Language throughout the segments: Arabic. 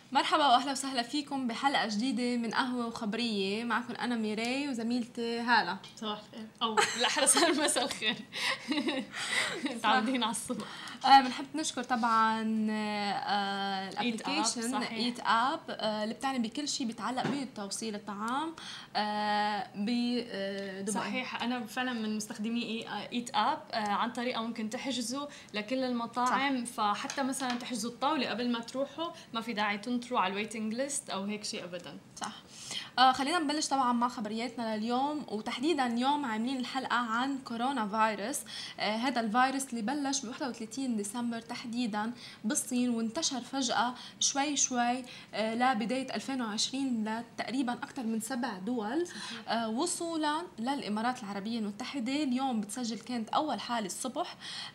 مرحبا واهلا وسهلا فيكم بحلقه جديده من قهوه وخبريه. معكم انا ميراي وزميلتي هاله. صباح الخير او بالاحرى صار مساء الخير. متعودين على الصبح. بنحب نشكر طبعا الابلكيشن ايت اب اللي بتعني بكل شيء بيتعلق بتوصيل الطعام بدبي. صحيح، انا فعلا من مستخدمي ايت اب. عن طريقه ممكن تحجزوا لكل المطاعم. صح. فحتى مثلا تحجزوا الطاوله قبل ما تروحوا، ما في داعي تنطروا على الويتنج ليست او هيك شيء ابدا. صح. خلينا نبلش طبعا مع خبرياتنا لليوم، وتحديدا اليوم عاملين الحلقة عن كورونا فيروس. هذا الفيروس اللي بلش ب 31 ديسمبر تحديدا بالصين، وانتشر فجأة شوي شوي لبداية 2020 لتقريبا أكثر من 7 دول. وصولا للإمارات العربية المتحدة. اليوم بتسجل كانت أول حالة الصبح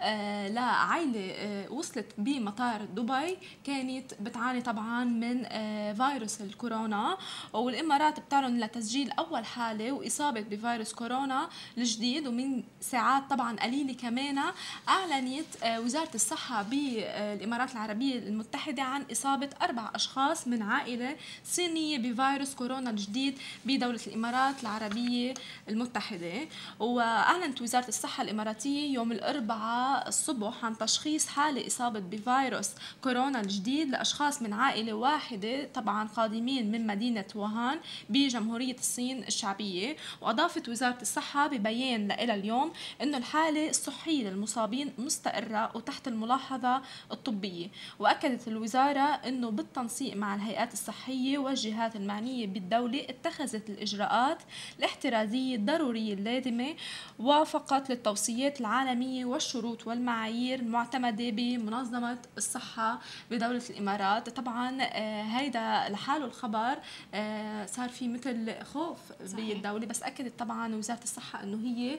لعائلة وصلت بمطار دبي، كانت بتعاني طبعا من فيروس الكورونا، والإمارات بتعلن لتسجيل أول حالة وإصابة بفيروس كورونا الجديد. ومن ساعات طبعا قليلة كمان أعلنت وزارة الصحة بالإمارات العربية المتحدة عن إصابة 4 أشخاص من عائلة صينية بفيروس كورونا الجديد بدولة الإمارات العربية المتحدة. وأعلنت وزارة الصحة الإماراتية يوم الأربعاء الصبح عن تشخيص حالة إصابة بفيروس كورونا الجديد لأشخاص من عائلة واحدة طبعا قادمين من مدينة ووهان بجمهورية الصين الشعبية. وأضافت وزارة الصحة ببيان لها اليوم أنه الحالة الصحية للمصابين مستقرة وتحت الملاحظة الطبية. وأكدت الوزارة أنه بالتنسيق مع الهيئات الصحية والجهات المعنية بالدولة اتخذت الإجراءات الاحترازية الضرورية اللازمة وفقت للتوصيات العالمية والشروط والمعايير المعتمدة بمنظمة الصحة بدولة الإمارات. طبعا هيدا لحاله الخبر صار في مثل خوف بالدولة، بس أكدت طبعا وزارة الصحة أنه هي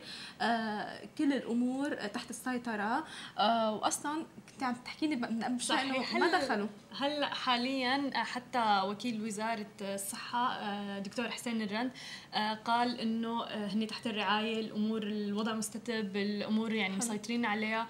كل الأمور تحت السيطرة. وأصلا كنت عم تحكي لي من شوي أنه ما دخلوا هلا حاليا. حتى وكيل وزارة الصحة دكتور حسين الرند قال انه هني تحت الرعاية، الامور الوضع مستتب، الامور يعني مسيطرين عليها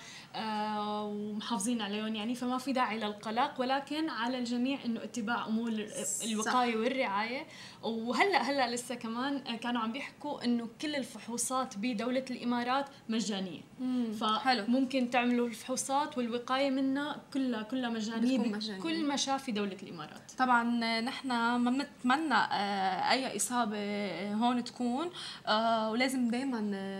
ومحافظين عليهم يعني، فما في داعي للقلق، ولكن على الجميع انه اتباع امور الوقاية والرعاية. وهلا لسه كمان كانوا عم بيحكوا انه كل الفحوصات بدولة الامارات مجانية. فممكن تعملوا الفحوصات والوقاية منها كلها مجانية بكل مشافي دولة الامارات. طبعا نحن ما بنتمنى اي اصابة هون تكون، ولازم دايما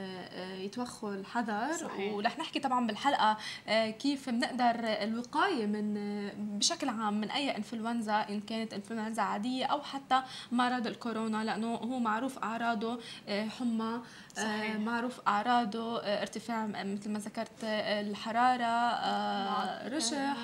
يتوخوا الحذر. صحيح. ورح نحكي طبعا بالحلقة كيف بنقدر الوقاية من بشكل عام من اي انفلونزا، ان كانت انفلونزا عادية او حتى مرض الكورونا، لانه هو معروف اعراضه حمى، معروف اعراضه ارتفاع مثل ما ذكرت الحرارة، رشح،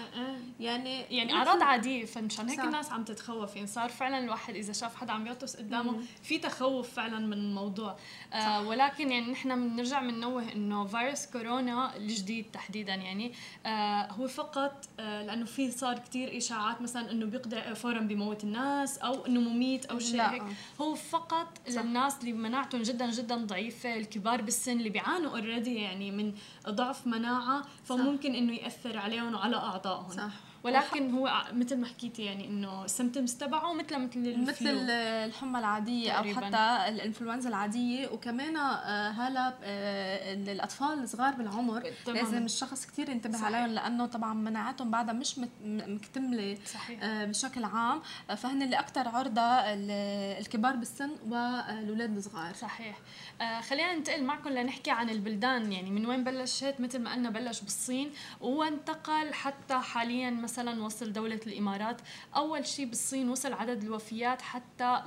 يعني اعراض عاديه. فمشان هيك الناس عم تتخوف. يعني صار فعلا الواحد اذا شاف حدا عم يعطس قدامه في تخوف فعلا من الموضوع. ولكن يعني نحن بنرجع بننوه انه فيروس كورونا الجديد تحديدا يعني هو فقط لانه في صار كتير اشاعات مثلا انه بيقضي فورا بيموت الناس او انه مميت او شيء هيك. هو فقط للناس اللي مناعتهم جدا جدا ضعيفه، الكبار بالسن اللي بيعانوا اوريدي يعني من ضعف مناعه، فممكن انه ياثر عليهم وعلى اعضائهم. صح. ولكن هو مثل ما حكيتي يعني انه السيمبتومز تبعه مثل الحمى العاديه تقريباً، او حتى الانفلونزا العاديه. وكمان هلا الاطفال الصغار بالعمر لازم الشخص كتير ينتبه عليهم، لانه طبعا مناعتهم بعدها مش مكتمله بشكل عام، فهن اللي اكثر عرضه الكبار بالسن والأولاد الصغار. صحيح. خلينا ننتقل معكم لنحكي عن البلدان. يعني من وين بلشت؟ مثل ما قلنا بلش بالصين وانتقل حتى حاليا مثلا وصل دولة الإمارات. أول شيء بالصين وصل عدد الوفيات حتى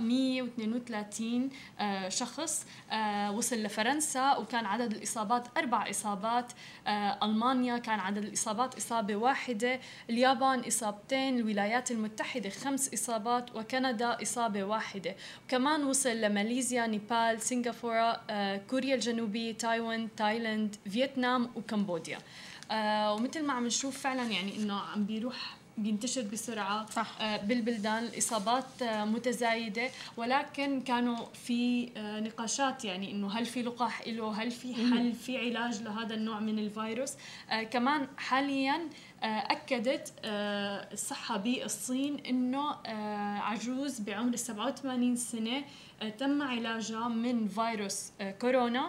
132 شخص. وصل لفرنسا وكان عدد الإصابات 4 إصابات. ألمانيا كان عدد الإصابات إصابة واحدة. اليابان إصابتين. الولايات المتحدة 5 إصابات. وكندا إصابة واحدة. وكمان وصل لماليزيا، نيبال، سنغافورة، كوريا الجنوبية، تايوان، تايلاند، فيتنام وكمبوديا. ومثل ما عم نشوف فعلا يعني انه عم بيروح بينتشر بسرعة. صح. بالبلدان الإصابات متزايدة، ولكن كانوا في نقاشات يعني إنه هل في لقاح له، هل في حل، في علاج لهذا النوع من الفيروس. كمان حاليا أكدت الصحة بالصين إنه عجوز بعمر 87 سنة تم علاجها من فيروس كورونا،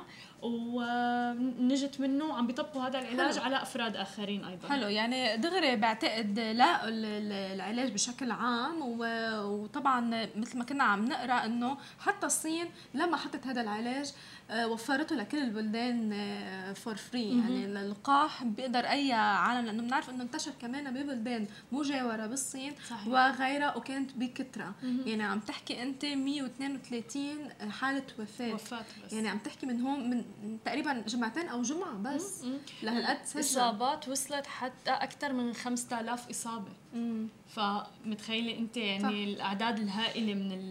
ونجت منه عم بيطبقوا هذا العلاج حلو. على أفراد آخرين أيضا. حلو، يعني دغري بعتقد لا العلاج بشكل عام، وطبعا مثل ما كنا عم نقرا انه حتى الصين لما حطت هذا العلاج وفرته لكل البلدان فور فري، يعني اللقاح بيقدر اي عالم، لانه بنعرف انه انتشر كمان ببلدان مجاوره بالصين. صحيح. وغيرها، وكانت بكثره. يعني عم تحكي انت 132 حاله وفاه بس. يعني عم تحكي من تقريبا جمعتين او جمعه بس لهالقد سجل اصابات وصلت حتى اكثر من 5000 اصابه. فمتخيله انت يعني صح. الاعداد الهائله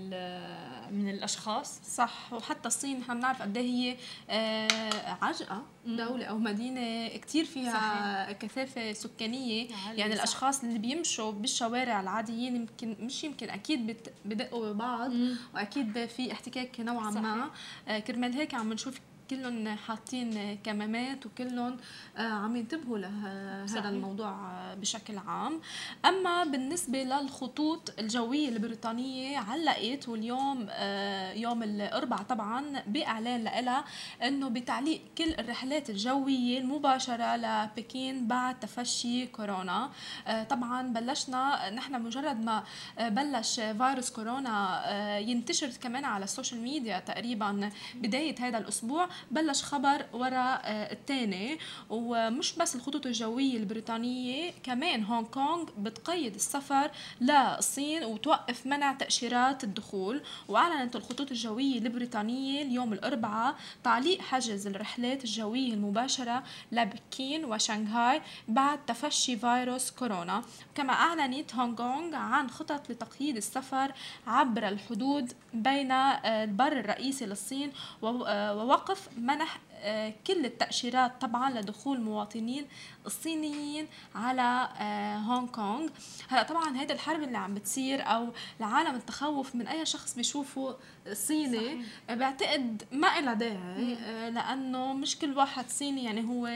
من الاشخاص. صح. وحتى الصين نحن بنعرف قد ايه هي عجقه دوله او مدينه كتير فيها صحيح. كثافه سكانيه. يعني صح. الاشخاص اللي بيمشوا بالشوارع العاديين يمكن اكيد بدقوا ببعض، واكيد في احتكاك نوعا ما. كرمال هيك عم نشوف كلهم حاطين كمامات، وكلهم عم ينتبهوا لهذا الموضوع بشكل عام. أما بالنسبة للخطوط الجوية البريطانية علقت، واليوم يوم الأربعاء طبعا بإعلان لها أنه بتعليق كل الرحلات الجوية المباشرة لبكين بعد تفشي كورونا. طبعا بلشنا نحن مجرد ما بلش فيروس كورونا ينتشر كمان على السوشيال ميديا تقريبا بداية هذا الأسبوع، بلش خبر وراء الثاني. ومش بس الخطوط الجوية البريطانية، كمان هونغ كونغ بتقيد السفر للصين وتوقف منع تأشيرات الدخول. وأعلنت الخطوط الجوية البريطانية اليوم الأربعاء تعليق حجز الرحلات الجوية المباشرة لبكين وشنغهاي بعد تفشي فيروس كورونا. كما أعلنت هونغ كونغ عن خطط لتقييد السفر عبر الحدود بين البر الرئيسي للصين ووقف منح كل التأشيرات طبعا لدخول مواطنين الصينيين على هونغ كونغ. هلا طبعا هيدا الحرب اللي عم بتصير، او العالم التخوف من اي شخص بيشوفه صيني، بعتقد ما إلها داعي، لانه مش كل واحد صيني يعني هو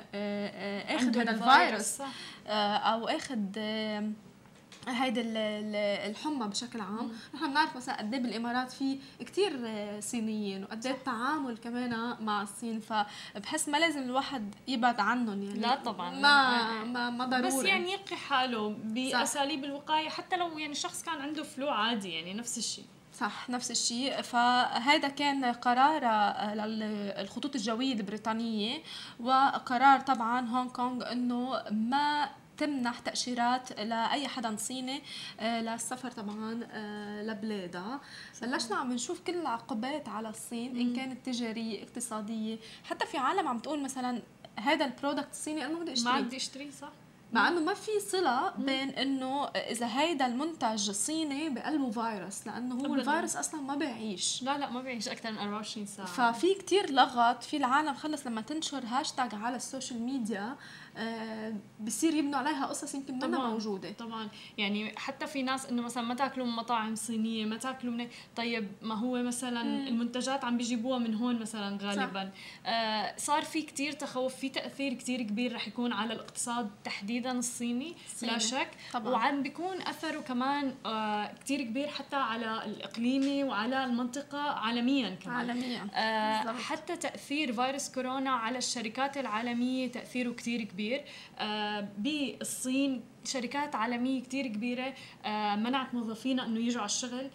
اخذ هذا الفيروس او اخذ هيدا الحمى بشكل عام. نحن بنعرف مثلا قد ايه بالامارات في كتير صينيين، وقد ايه التعامل كمان مع الصين، فبحس ما لازم الواحد يبعد عنهم. يعني لا طبعا ما ضروري، بس يعني يقي حاله باساليب الوقايه، حتى لو يعني شخص كان عنده فلو عادي يعني نفس الشيء. صح، نفس الشيء. فهذا كان قرار للخطوط الجوية البريطانية، وقرار طبعا هونغ كونغ انه ما تمنح تأشيرات لأي حدا صيني للسفر طبعا لبلادها. بلشنا عم نشوف كل العقوبات على الصين، إن كانت تجارية اقتصادية. حتى في عالم عم تقول مثلا هذا البرودكت الصيني أنا ما بدي أشتريه، صح، مع انه ما في صله بين انه اذا هيدا المنتج صيني بقلبه فيروس، لانه هو الفيروس اصلا ما بيعيش. لا ما بيعيش اكثر من 24 ساعه. ففي كتير لغط في العالم، خلص لما تنشر هاشتاج على السوشيال ميديا بصير يبنوا عليها قصص يمكن منها موجوده. طبعا يعني حتى في ناس انه مثلا ما تاكلوا من مطاعم صينيه، ما تاكلوا من، طيب ما هو مثلا المنتجات عم بيجيبوها من هون مثلا غالبا. صار في كتير تخوف، في تاثير كتير كبير رح يكون على الاقتصاد تحديدا الصيني. لا شك طبعا. وعم بيكون اثره كمان كتير كبير حتى على الاقليمي وعلى المنطقه عالميا كمان. حتى تاثير فيروس كورونا على الشركات العالميه تاثيره كتير كبير. بالصين شركات عالمية كتير كبيرة منعت موظفينا انه يجوا على الشغل،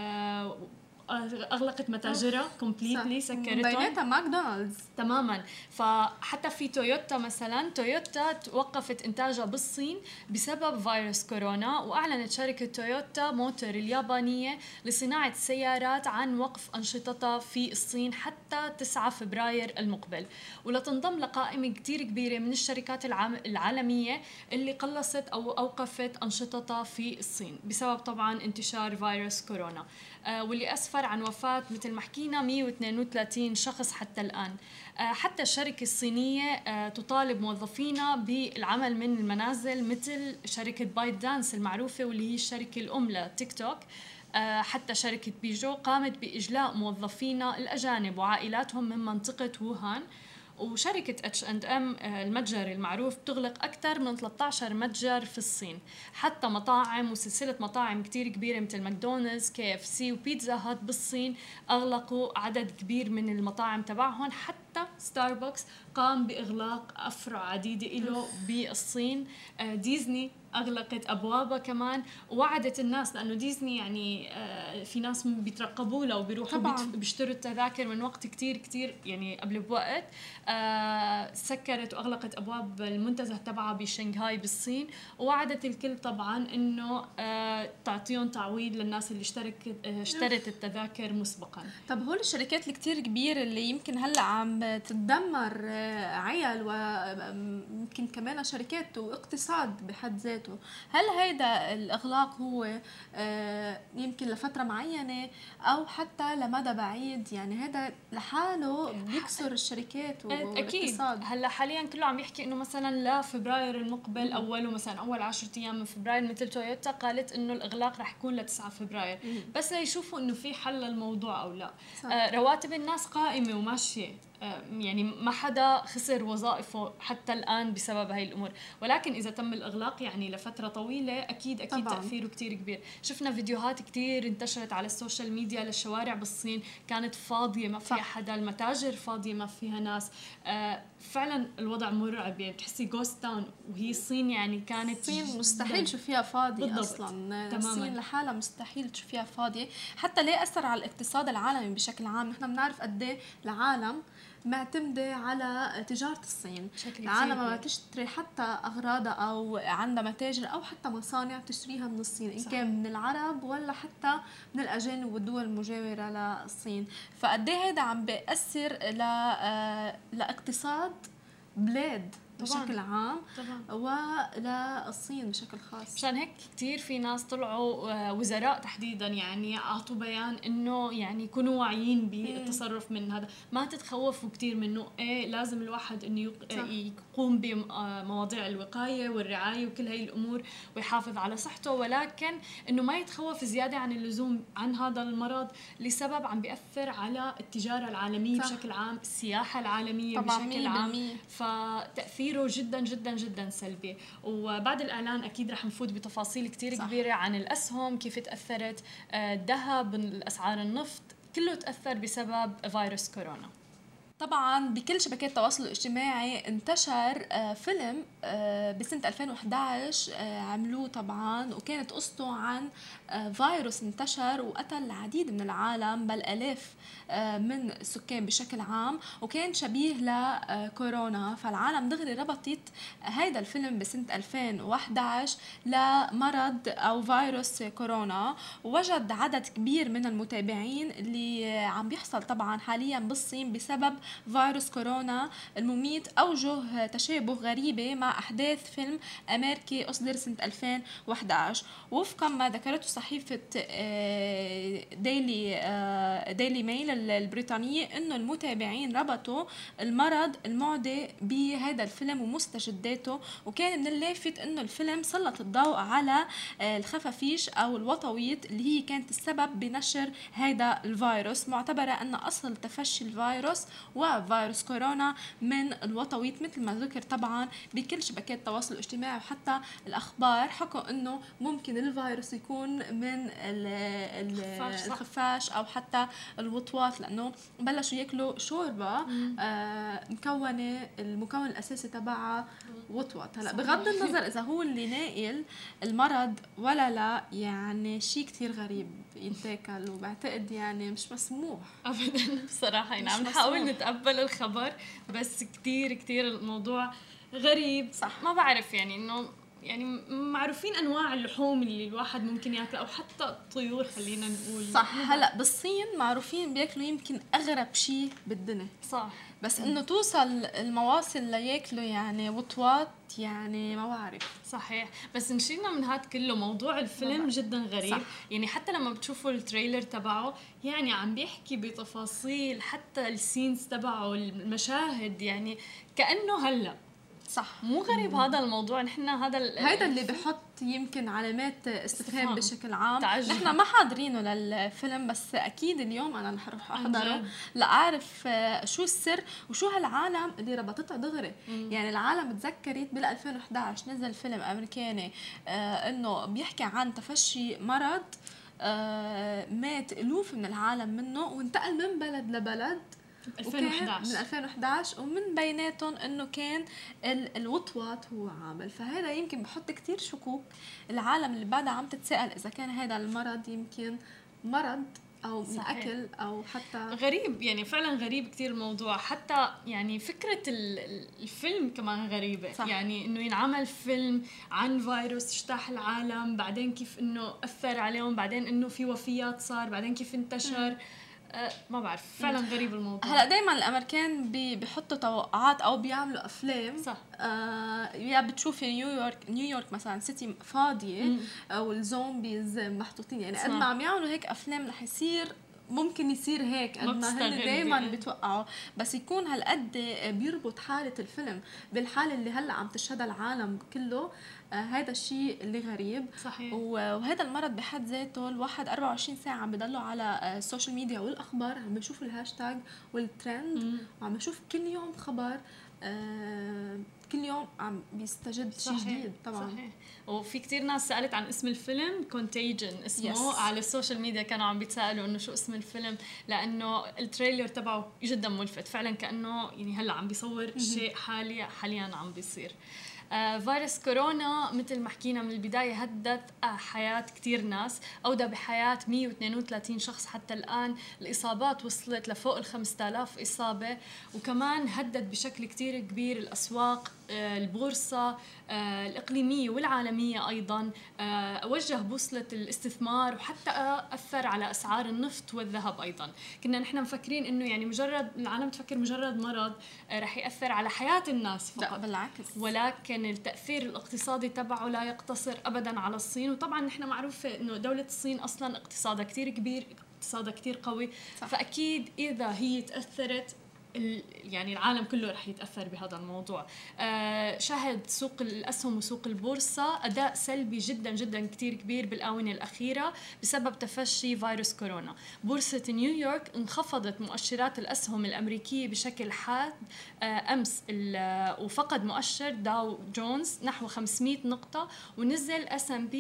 اغلقت متاجرها كومبليتلي، سكرتهم، بيناتها ماكدونالدز تماما. فحتى في تويوتا مثلا، تويوتا توقفت انتاجها بالصين بسبب فيروس كورونا، واعلنت شركه تويوتا موتور اليابانيه لصناعه السيارات عن وقف انشطتها في الصين حتى 9 فبراير المقبل، ولتنضم لقائمه كتير كبيره من الشركات العالميه اللي قلصت او اوقفت انشطتها في الصين بسبب طبعا انتشار فيروس كورونا. واللي أسفر عن وفاة مثل ما حكينا 132 شخص حتى الآن. حتى الشركة الصينية تطالب موظفينا بالعمل من المنازل مثل شركة بايت دانس المعروفة واللي هي الشركة الأم لتيك توك. حتى شركة بيجو قامت بإجلاء موظفينا الأجانب وعائلاتهم من منطقة ووهان. وشركة H&M المتجر المعروف بتغلق أكثر من 13 متجر في الصين. حتى مطاعم وسلسلة مطاعم كتير كبيرة مثل ماكدونالدز KFC وبيتزا هات بالصين أغلقوا عدد كبير من المطاعم تبعهم. حتى ستاربكس قام بإغلاق أفرع عديدة له بالصين. ديزني أغلقت أبوابها كمان ووعدت الناس، لأنه ديزني يعني في ناس بيترقبوا له وبيروحوا بيشتروا التذاكر من وقت كتير يعني قبل بوقت. سكرت وأغلقت أبواب المنتزه تبعها بشنغهاي بالصين، ووعدت الكل طبعا إنه تعطيهم تعويض للناس اللي اشترت التذاكر مسبقا. طب هول الشركات الكتير كبيرة اللي يمكن هلأ عم تدمر عيال ويمكن كمان شركات واقتصاد بحد ذاته، هل هيدا الإغلاق هو يمكن لفترة معينة أو حتى لمدى بعيد؟ يعني هذا لحاله بيكسر الشركات والاقتصاد. أكيد. هلا حاليا كله عم يحكي إنه مثلا لفبراير المقبل أوله مثلا أول 10 أيام من فبراير، مثل تويوتا قالت إنه الإغلاق رح يكون ل9 فبراير بس ليشوفوا إنه في حل للموضوع أو لا. رواتب الناس قائمة وماشية، يعني ما حدا خسر وظائفه حتى الآن بسبب هاي الأمور، ولكن إذا تم الإغلاق يعني لفترة طويلة أكيد طبعاً. تأثيره كتير كبير. شفنا فيديوهات كتير انتشرت على السوشيال ميديا للشوارع بالصين كانت فاضية ما فيها حدا، المتاجر فاضية ما فيها ناس. فعلا الوضع مرعب، يعني بتحسي جوست تاون، وهي الصين يعني كانت الصين مستحيل تشوفيها فاضية بالضبط. أصلا الصين لحالها مستحيل تشوفيها فاضية. حتى ليه أثر على الاقتصاد العالمي بشكل عام؟ نحن بنعرف قد ايه العالم معتمدة على تجارة الصين. العالم ما تشتري حتى أغراضها أو عندها متاجر أو حتى مصانع تشتريها من الصين، إن كان من العرب ولا حتى من الأجانب والدول المجاورة للصين. فقد ايه هيدا عم بيأثر لاقتصاد بلاد بشكل عام وللصين بشكل خاص. مشان هيك كتير في ناس طلعوا وزراء تحديدا يعني أعطوا بيان إنه يعني يكونوا واعيين بالتصرف من هذا، ما تتخوفوا كتير منه. إيه لازم الواحد إنه يقوم بمواضيع الوقاية والرعاية وكل هاي الأمور ويحافظ على صحته، ولكن إنه ما يتخوف زيادة عن اللزوم عن هذا المرض لسبب عم بيأثر على التجارة العالمية بشكل عام، السياحة العالمية بشكل عام، فتأثير جدا جدا جدا سلبي. وبعد الإعلان أكيد رح نفوت بتفاصيل كتير كبيرة عن الأسهم، كيف تأثرت، الذهب، الأسعار النفط، كله تأثر بسبب فيروس كورونا. طبعا بكل شبكات التواصل الاجتماعي انتشر فيلم بسنة 2011 عملوه طبعا، وكانت قصته عن فيروس انتشر وقتل العديد من العالم بل آلاف من السكان بشكل عام، وكان شبيه لكورونا. فالعالم دغري ربطت هيدا الفيلم بسنة 2011 لمرض أو فيروس كورونا، ووجد عدد كبير من المتابعين اللي عم بيحصل طبعا حاليا بالصين بسبب فيروس كورونا المميت أوجه تشابه غريبة مع أحداث فيلم أمريكي أصدر سنة 2011. وفقا ما ذكرته صحيفة ديلي ميل البريطانية إنه المتابعين ربطوا المرض المعدي بهذا الفيلم ومستجداته، وكان من اللافت إنه الفيلم سلط الضوء على الخفافيش أو الوطويط اللي هي كانت السبب بنشر هذا الفيروس، معتبرة أن أصل تفشي الفيروس وفيروس كورونا من الوطويط مثل ما ذكر طبعا بكل شبكات التواصل الاجتماعي. وحتى الأخبار حكوا إنه ممكن الفيروس يكون من الخفاش أو حتى الوطواط، لأنه بلشوا يأكلوا شوربة المكون الأساسي تبعها وطوط. هلا بغض النظر إذا هو اللي ناقل المرض ولا لا، يعني شيء كتير غريب يتاكل، وبعتقد يعني مش مسموح أبدا بصراحة. يعني عم نحاول نتقبل الخبر بس كتير الموضوع غريب. صح. ما بعرف يعني إنه يعني معروفين انواع اللحوم اللي الواحد ممكن ياكلها او حتى الطيور خلينا نقول. صح. هلا بالصين معروفين بياكلوا يمكن اغرب شيء بالدنيا. صح. بس انه توصل المواصل لياكلوا يعني وطوات، يعني ما بعرف. صحيح. بس نشيلنا من هاد كله، موضوع الفيلم جدا غريب. صح. يعني حتى لما بتشوفوا التريلر تبعه يعني عم بيحكي بتفاصيل، حتى السينز تبعه المشاهد يعني كأنه هلأ. صح. مو غريب هذا الموضوع. نحن هيدا اللي بحط يمكن علامات استفهام بشكل عام. تعجب. نحن ما حاضرينه للفيلم، بس اكيد اليوم انا رح اروح احضره لاعرف شو السر وشو هالعالم اللي ربطتها دغري. يعني العالم تذكرت بال 2011 نزل فيلم امريكاني انه بيحكي عن تفشي مرض مات الوف من العالم منه، وانتقل من بلد لبلد 2011 من 2011، ومن بيناتهم انه كان الوطواط هو عامل. فهذا يمكن بحط كتير شكوك. العالم اللي بعدها عم تتساءل اذا كان هذا المرض يمكن مرض او من اكل او حتى غريب. يعني فعلا غريب كتير الموضوع. حتى يعني فكرة الفيلم كمان غريبة. صح. يعني انه ينعمل فيلم عن فيروس اجتاح العالم، بعدين كيف انه اثر عليهم، بعدين انه في وفيات صار، بعدين كيف انتشر. ما بعرف، فعلا غريب الموضوع. هلا دائما الامريكان بيحطوا توقعات او بيعملوا افلام. صح. يا بتشوفي نيويورك مثلا سيتي فاضيه او الزومبيز محطوطين، يعني قد ما عم يعملوا هيك افلام رح يصير ممكن يصير هيك. قد ما هن دائما بيتوقعوا، بس يكون هالقد بيربط حاله الفيلم بالحاله اللي هلا عم تشهدها العالم كله. هذا الشيء اللي غريب. صحيح. وهذا المرض بحد ذاته الواحد 24 ساعة عم بضلوا على السوشيال ميديا والأخبار، عم بشوف الهاشتاج والترند، وعم بشوف كل يوم خبر. كل يوم عم بيستجد شيء جديد طبعا. صحيح. وفي كتير ناس سألت عن اسم الفيلم Contagion اسمه. على السوشيال ميديا كانوا عم بيتسألوا انه شو اسم الفيلم، لانه التريلر تبعه جدا ملفت فعلا، كأنه يعني هلا عم بيصور شيء حاليا عم بيصير. فيروس كورونا مثل ما حكينا من البداية هدد حياة كتير ناس، أودى بحياة 132 شخص حتى الآن. الإصابات وصلت لفوق 5000 إصابة، وكمان هدد بشكل كتير كبير الأسواق، البورصة الإقليمية والعالمية أيضا. وجه بوصلة الاستثمار، وحتى أثر على أسعار النفط والذهب أيضا. كنا نحن مفكرين إنه يعني مجرد العالم تفكر مجرد مرض رح يأثر على حياة الناس فقط. لا بالعكس. ولكن التأثير الاقتصادي تبعه لا يقتصر أبدا على الصين. وطبعا نحن معروفة إنه دولة الصين أصلا اقتصادها كتير كبير، اقتصادها كتير قوي. صح. فأكيد إذا هي تأثرت يعني العالم كله رح يتأثر بهذا الموضوع. شهد سوق الأسهم وسوق البورصة أداء سلبي جدا جدا كتير كبير بالآونة الأخيرة بسبب تفشي فيروس كورونا. بورصة نيويورك انخفضت مؤشرات الأسهم الأمريكية بشكل حاد أمس، وفقد مؤشر داو جونز نحو 500 نقطة، ونزل S&P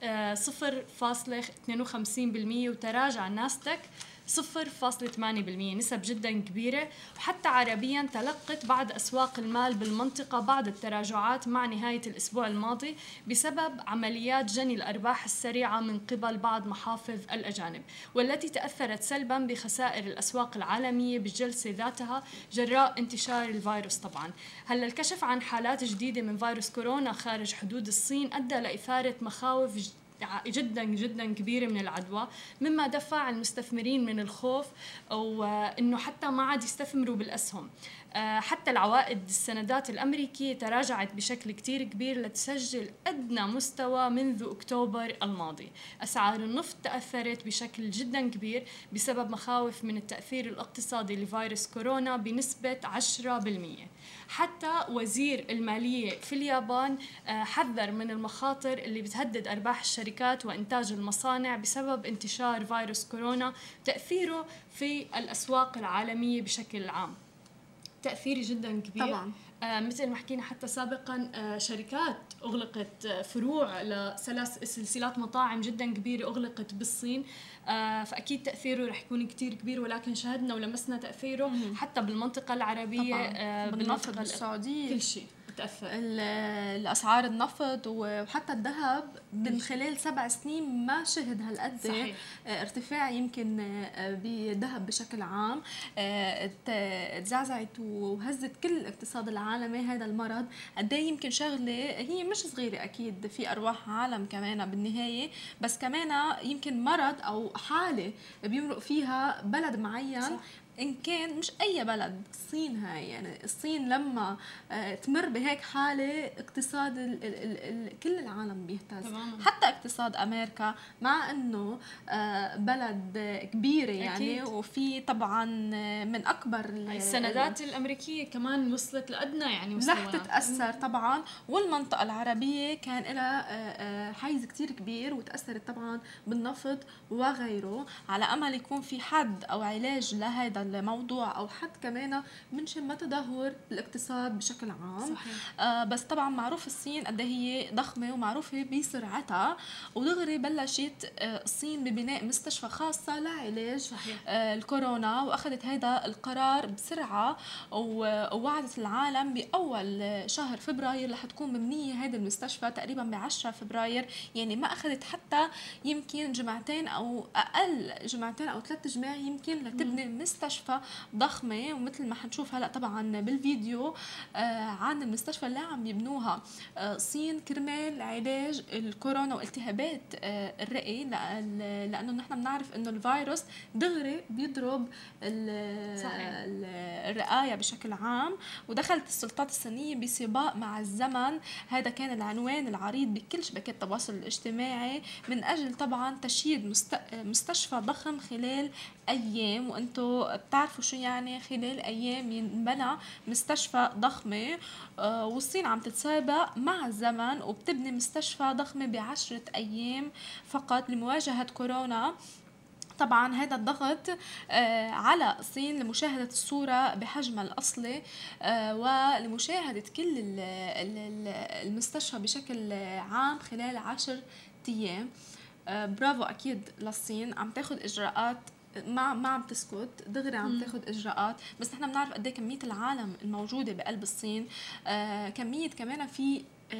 0.52%، وتراجع ناستك 0.8%، نسب جدا كبيرة. وحتى عربيا تلقت بعض أسواق المال بالمنطقة بعض التراجعات مع نهاية الأسبوع الماضي بسبب عمليات جني الأرباح السريعة من قبل بعض محافظ الأجانب، والتي تأثرت سلبا بخسائر الأسواق العالمية بالجلسة ذاتها جراء انتشار الفيروس. طبعا هلا الكشف عن حالات جديدة من فيروس كورونا خارج حدود الصين أدى لإثارة مخاوف جدا جدا كبيرة من العدوى، مما دفع المستثمرين من الخوف وإنه حتى ما عاد يستثمروا بالأسهم. حتى العوائد السندات الأمريكية تراجعت بشكل كتير كبير لتسجل أدنى مستوى منذ أكتوبر الماضي. أسعار النفط تأثرت بشكل جدا كبير بسبب مخاوف من التأثير الاقتصادي لفيروس كورونا بنسبة 10%. حتى وزير المالية في اليابان حذر من المخاطر اللي بتهدد أرباح الشركات وإنتاج المصانع بسبب انتشار فيروس كورونا وتأثيره في الأسواق العالمية بشكل عام. تأثير جدا كبير طبعا. مثل ما حكينا حتى سابقا شركات أغلقت، فروع لسلسلات مطاعم جدا كبيرة أغلقت بالصين. فأكيد تأثيره رح يكون كتير كبير، ولكن شاهدنا ولمسنا تأثيره حتى بالمنطقة العربية، بالمنطقة السعودية، كل شيء تأثر الأسعار النفط وحتى الذهب من خلال 7 سنين ما شهد هالقد ارتفاع يمكن بالذهب بشكل عام. تزعزعت وهزت كل الاقتصاد العالمي هذا المرض. قد ايه يمكن شغله هي مش صغيره، اكيد في ارواح عالم كمان بالنهايه، بس كمان يمكن مرض او حاله بيمرق فيها بلد معين. صح. إن كان مش أي بلد، الصين هاي يعني الصين لما تمر بهيك حالة اقتصاد كل العالم بيهتز. حتى اقتصاد أمريكا مع أنه بلد كبيرة يعني أكيد. وفي طبعا من أكبر السندات الأمريكية كمان وصلت لأدنى يعني رح تتأثر طبعا. والمنطقة العربية كان لها حيز كتير كبير وتأثرت طبعا بالنفط وغيره، على أمل يكون في حد أو علاج لهذا الموضوع او حد كمان منشان ما تدهور الاقتصاد بشكل عام. صحيح. بس طبعا معروف الصين قد هي ضخمه ومعروفه بسرعتها، ودغري بلشت الصين ببناء مستشفى خاصه لعلاج صحيح. الكورونا، واخذت هذا القرار بسرعه ووعدت العالم باول شهر فبراير رح تكون مبنيه هذه المستشفى تقريبا ب10 فبراير. يعني ما اخذت حتى يمكن جمعتين او اقل، جمعتين او 3 جماع يمكن لتبني مستشفى ضخمة. ومثل ما حنشوف هلأ طبعا بالفيديو عن المستشفى اللي عم يبنوها الصين كرمال علاج الكورونا والتهابات الرئة، لأنه نحن بنعرف أنه الفيروس دغري بيضرب الرئاية بشكل عام. ودخلت السلطات الصينية بسباق مع الزمن، هذا كان العنوان العريض بكل شبكات التواصل الاجتماعي، من أجل طبعا تشييد مستشفى ضخم خلال أيام. وأنتوا بتعرفوا شو يعني خلال أيام ينبنى مستشفى ضخمة. والصين عم تتسابق مع الزمن وبتبني مستشفى ضخمة ب10 أيام فقط لمواجهة كورونا. طبعا هذا الضغط على الصين لمشاهدة الصورة بحجمها الأصلي ولمشاهدة كل المستشفى بشكل عام خلال 10 أيام. برافو أكيد للصين، عم تاخد إجراءات، ما عم تسكت، دغري عم تاخد اجراءات. بس نحن بنعرف قد ايه كميه العالم الموجوده بقلب الصين، كميه كمان في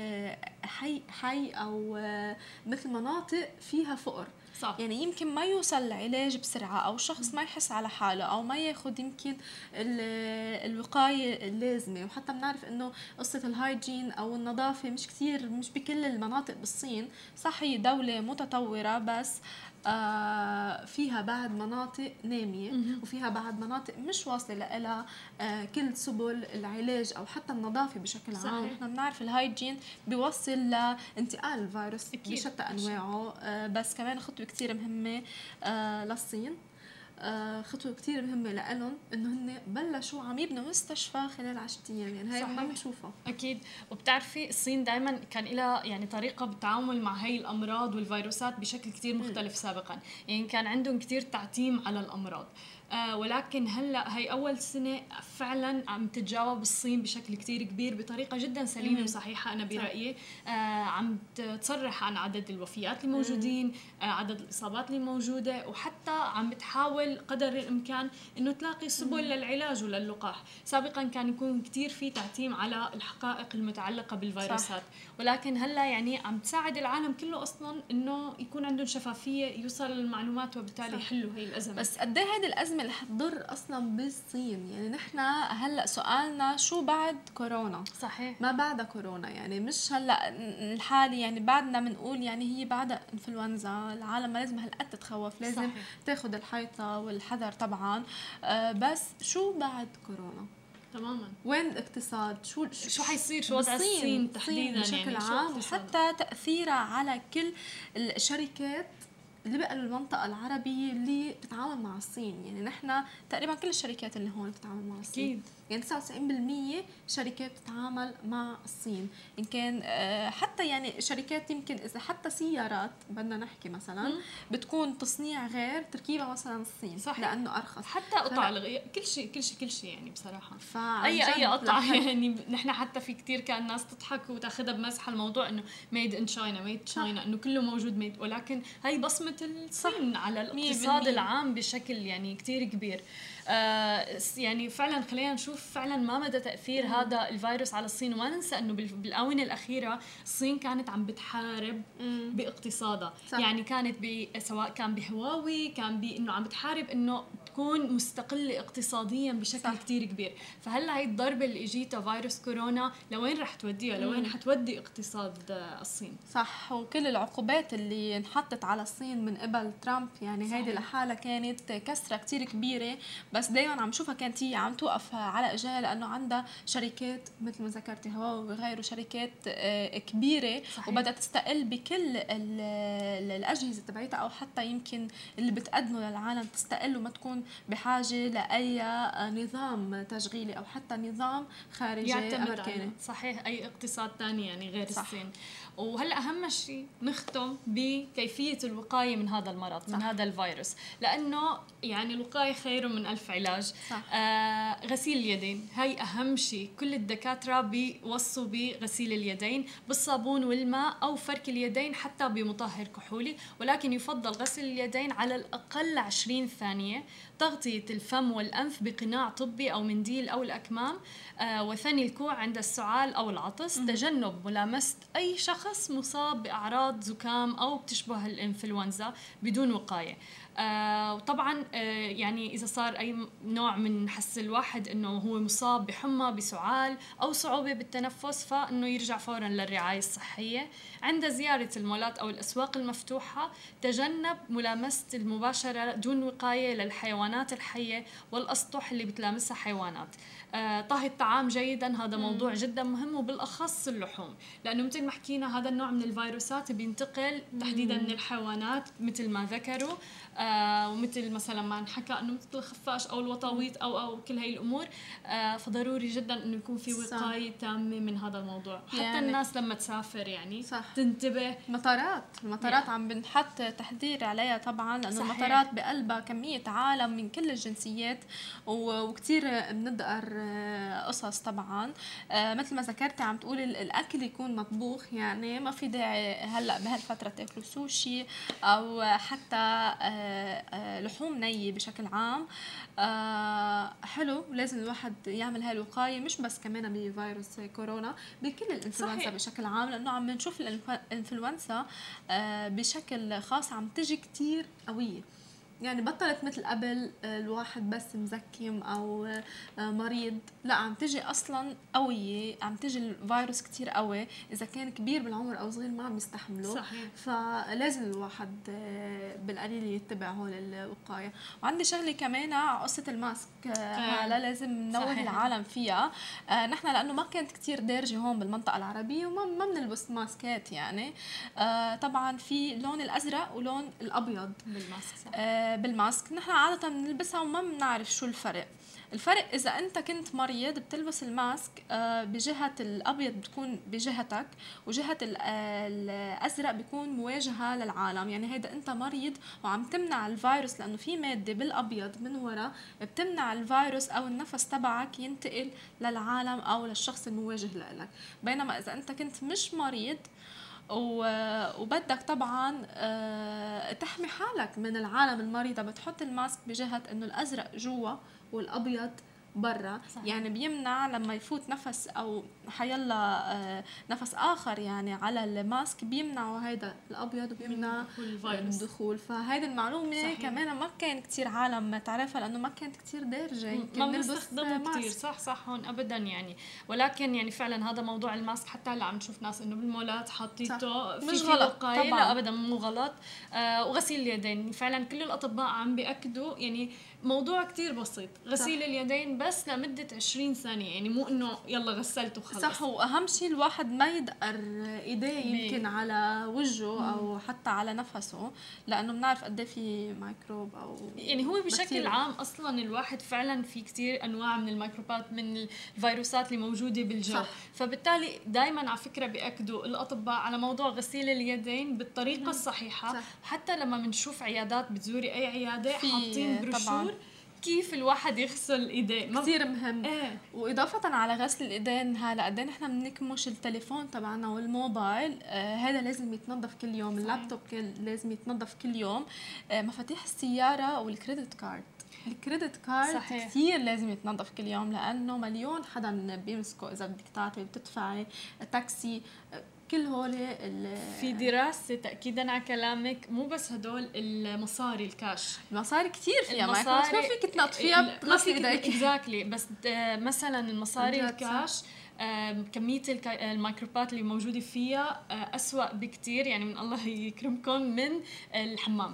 حي او مثل مناطق فيها فقر. صح. يعني يمكن ما يوصل العلاج بسرعه، او شخص ما يحس على حاله، او ما ياخد يمكن الوقايه اللازمه. وحتى بنعرف انه قصه الهايجين او النظافه مش بكل المناطق بالصين. صح هي دوله متطوره، بس فيها بعد مناطق نامية وفيها بعد مناطق مش واصلة لها كل سبل العلاج أو حتى النظافة بشكل عام. نحن بنعرف الهايجين بيوصل لانتقال الفيروس بشتى أنواعه. بس كمان خطوة كتير مهمة للصين، خطوة كتير مهمة لألهم إنه هن بلشوا عم يبنوا مستشفى خلال 10 أيام. يعني هاي ما بنشوفها أكيد. وبتعرفي الصين دايما كان لها يعني طريقة بالتعامل مع هاي الأمراض والفيروسات بشكل كتير مختلف سابقا. يعني كان عندهم كتير تعتيم على الأمراض، ولكن هلا هي اول سنه فعلا عم تتجاوب الصين بشكل كتير كبير بطريقه جدا سليمه وصحيحه. انا برايي عم تصرح عن عدد الوفيات الموجودين، عدد الاصابات اللي موجوده، وحتى عم بتحاول قدر الامكان انه تلاقي سبل للعلاج وللقاح. سابقا كان يكون كتير في تعتيم على الحقائق المتعلقه بالفيروسات، ولكن هلا يعني عم تساعد العالم كله اصلا انه يكون عندهم شفافيه، يوصل المعلومات وبالتالي يحلوا هي الازمه. بس قد ايه هذه الازمه اللي حتضر اصلا بالصين؟ يعني نحن هلا سؤالنا شو بعد كورونا؟ صحيح. ما بعد كورونا، يعني مش هلا الحالي، يعني بعدنا بنقول يعني هي بعد انفلونزا. العالم ما لازم هالقد تتخوف، لازم صحيح. تاخد الحيطه والحذر طبعا. بس شو بعد كورونا تماما؟ وين الاقتصاد؟ شو حيصير؟ شو وضع الصين تحديدا بشكل يعني عام، وحتى تاثيرها على كل الشركات اللي بقى المنطقة العربية اللي بتتعامل مع الصين. يعني نحن تقريبا كل الشركات اللي هون بتتعامل مع الصين. أكيد. يعني 99% شركات بتتعامل مع الصين. إن كان حتى يعني شركات يمكن إذا حتى سيارات بدنا نحكي مثلا بتكون تصنيع غير تركيبة مثلا الصين. صحيح. لأنه أرخص. حتى قطع كل شيء يعني بصراحة. أي قطعة يعني نحن حتى في كتير كان ناس تضحك وتاخذها بمزح الموضوع إنه ميد إن تشاينا، ميد تشاينا، إنه كله موجود ميد، ولكن هاي بصمة الصين على الاقتصاد العام بشكل يعني كتير كبير. يعني فعلا خلينا نشوف فعلا ما مدى تأثير هذا الفيروس على الصين، وما ننسى انه بالآونة الأخيرة الصين كانت عم بتحارب باقتصادها. يعني كانت سواء كان بهواوي، كان بانه عم بتحارب انه تكون مستقلة اقتصاديا بشكل كتير كبير. فهلا هي الضربة اللي اجيتها فيروس كورونا لوين رح توديها؟ لوين حتودي اقتصاد الصين؟ صح. وكل العقوبات اللي انحطت على الصين من قبل ترامب يعني هيدي لحالها كانت كسرة كتير كبيرة، بس دايما عم شوفها كانت هي عم توقف على اجرها، لانه عندها شركات مثل ما ذكرتي هواوي وغيره شركات كبيرة. صحيح. وبدها تستقل بكل الاجهزة تبعتها، او حتى يمكن اللي بتقدمه للعالم تستقل وما تكون بحاجة لأي نظام تشغيلي أو حتى نظام خارجي أمريكاني. صحيح، أي اقتصاد تاني يعني غير الصين. وهلا أهم شيء نختم بكيفية الوقاية من هذا المرض، من هذا الفيروس، لأنه يعني الوقاية خير من 1000 علاج. غسيل اليدين هاي أهم شيء. كل الدكاترة بيوصوا بغسيل اليدين بالصابون والماء أو فرك اليدين حتى بمطهر كحولي، ولكن يفضل غسل اليدين على الأقل 20 ثانية. تغطية الفم والأنف بقناع طبي أو منديل أو الأكمام، وثني الكوع عند السعال أو العطس. تجنب ملامسة أي شخص مصاب بأعراض زكام أو بتشبه الإنفلونزا بدون وقاية. وطبعا يعني إذا صار أي نوع من حس الواحد إنه هو مصاب بحمى بسعال أو صعوبة بالتنفس، فإنه يرجع فورا للرعاية الصحية. عند زيارة المولات أو الأسواق المفتوحة تجنب ملامسة المباشرة دون وقاية للحيوانات الحية والأسطح اللي بتلامسها حيوانات. طهي الطعام جيدا، هذا موضوع جدا مهم، وبالأخص اللحوم، لأنه مثل ما حكينا هذا النوع من الفيروسات بينتقل تحديدا من الحيوانات مثل ما ذكروا، ومثل مثلا ما نحكى انه مثل الخفاش او الوطاويط او كل هاي الامور. فضروري جدا انه يكون في وقايه تامه من هذا الموضوع، حتى يعني الناس لما تسافر يعني تنتبه. المطارات عم بنحط تحذير عليها طبعا، لانه المطارات بقلبها كميه عالم من كل الجنسيات، وكثير بندقر قصص طبعا. مثل ما ذكرتي عم تقولي الاكل يكون مطبوخ، يعني ما في داعي هلا بهالفتره تاكلوا سوشي او حتى لحوم نية بشكل عام. حلو، لازم الواحد يعمل هاي الوقاية، مش بس كمان بفيروس كورونا، بكل الانفلونزا بشكل عام، لأنه عم نشوف الانفلونزا بشكل خاص عم تجي كتير قوية. يعني بطلت مثل قبل الواحد بس مزكم او مريض، لا عم تجي اصلا قويه، عم تجي الفيروس كتير قوي، اذا كان كبير بالعمر او صغير ما عم يستحمله. صحيح. فلازم الواحد بالقليل يتبع هول الوقايه. وعندي شغله كمان على قصه الماسك، هلا لازم ننوه العالم فيها. نحن لانه ما كانت كتير دارجه هون بالمنطقه العربيه وما بنلبس ماسكات، يعني طبعا في اللون الازرق ولون الابيض بالماسك، نحن عادة بنلبسها وما بنعرف شو الفرق. إذا أنت كنت مريض بتلبس الماسك بجهة الأبيض بتكون بجهتك، وجهة الأزرق بيكون مواجهة للعالم. يعني هيدا أنت مريض وعم تمنع الفيروس، لأنه في مادة بالأبيض من وراء بتمنع الفيروس أو النفس تبعك ينتقل للعالم أو للشخص المواجه لك. بينما إذا أنت كنت مش مريض وبدك طبعا تحمي حالك من العالم المريضة، بتحط الماسك بجهة انه الازرق جوا والابيض برا. يعني بيمنع لما يفوت نفس او حيلا نفس اخر يعني على الماسك، بيمنعوا هيدا الابيض وبيمنع الدخول. فهيدا المعلومه كمان ما كان كتير عالم تعرفها، لانه ما كانت كتير دارجه، يمكن ما بنستخدمه كتير. صح هون ابدا يعني. ولكن يعني فعلا هذا موضوع الماسك حتى هلا عم نشوف ناس انه بالمولات حاطيته مش غلط طبعا، لا ابدا مو غلط. وغسيل اليدين فعلا كل الاطباء عم بياكدوا، يعني موضوع كتير بسيط، غسيل اليدين بس لمدة 20 ثانية، يعني مو انه يلا غسلت وخلص. صح. واهم شيء الواحد ما يدقر ايديه يمكن على وجهه او حتى على نفسه، لانه بنعرف قد ايه في ميكروب او يعني هو بشكل عام اصلا الواحد فعلا في كتير انواع من الميكروبات من الفيروسات اللي موجودة بالجو. صح. فبالتالي دائما على فكرة بيأكدوا الاطباء على موضوع غسيل اليدين بالطريقة الصحيحة. صح. حتى لما بنشوف عيادات، بتزوري اي عيادة حاطين بروشور كيف الواحد يغسل ايديه كثير مهم. ايه. واضافه على غسل الايدين، هلا قد ايه نحن بنكمش التليفون تبعنا والموبايل، هذا لازم يتنظف كل يوم. اللابتوب لازم يتنظف كل يوم. مفاتيح السياره والكريدت كارد، الكريدت كارد صحيح. كثير لازم يتنظف كل يوم، لانه مليون حدا بيمسكه اذا بدك تعطي بتدفعي تاكسي، كل هول في دراسة تأكيدا على كلامك، مو بس هدول المصاري الكاش، المصاري كثير فيها، ما فيك تنط ما فيها بتغسل ايديك. اكزاكتلي. بس مثلا المصاري الكاش كمية الميكروبات اللي موجودة فيها أسوأ بكتير، يعني من الله يكرمكم من الحمام،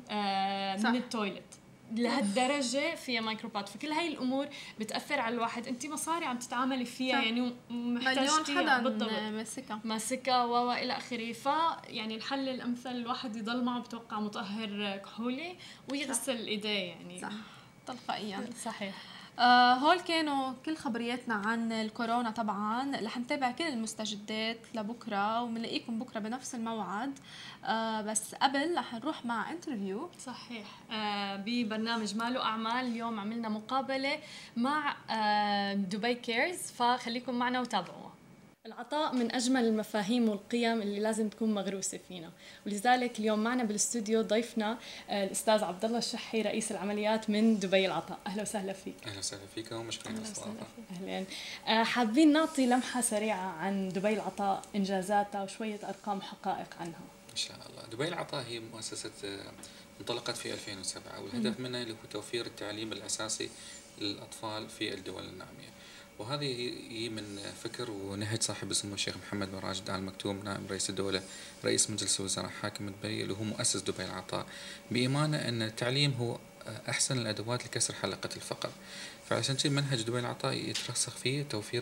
من التويلت، لهالدرجة فيها ميكروبات. فكل هاي الأمور بتأثر على الواحد. أنت مصاري عم تتعاملي فيها، يعني مليون حدا ماسكها وإلى آخره. فيعني الحل الأمثل الواحد يضل معه بتوقع مطهر كحولي ويغسل إيديه، يعني صح تلقائيا. صحيح. هول كانوا كل خبرياتنا عن الكورونا. طبعا رح نتابع كل المستجدات لبكره، وبنلاقيكم بكره بنفس الموعد. بس قبل رح نروح مع انترفيو. صحيح. ببرنامج ماله أعمال. اليوم عملنا مقابلة مع دبي كيرز، فخليكم معنا وتابعوها. العطاء من أجمل المفاهيم والقيم اللي لازم تكون مغروسة فينا، ولذلك اليوم معنا بالاستوديو ضيفنا الأستاذ عبد الله الشحي، رئيس العمليات من دبي العطاء. أهلا وسهلا فيك. أهلا وسهلا فيك ومشكورين على الاستضافة. أهلا. حابين نعطي لمحة سريعة عن دبي العطاء، إنجازاتها وشوية أرقام وحقائق عنها. إن شاء الله. دبي العطاء هي مؤسسة انطلقت في 2007، والهدف منها اللي هو توفير التعليم الأساسي للأطفال في الدول النامية. وهذه هي من فكر ونهج صاحب السمو الشيخ محمد بن راشد آل مكتوم، نائب رئيس الدولة رئيس مجلس الوزراء حاكم دبي، اللي هو مؤسس دبي العطاء، بإيمانه أن التعليم هو أحسن الأدوات لكسر حلقة الفقر. فعشان كذا منهج دبي العطاء يترسخ فيه توفير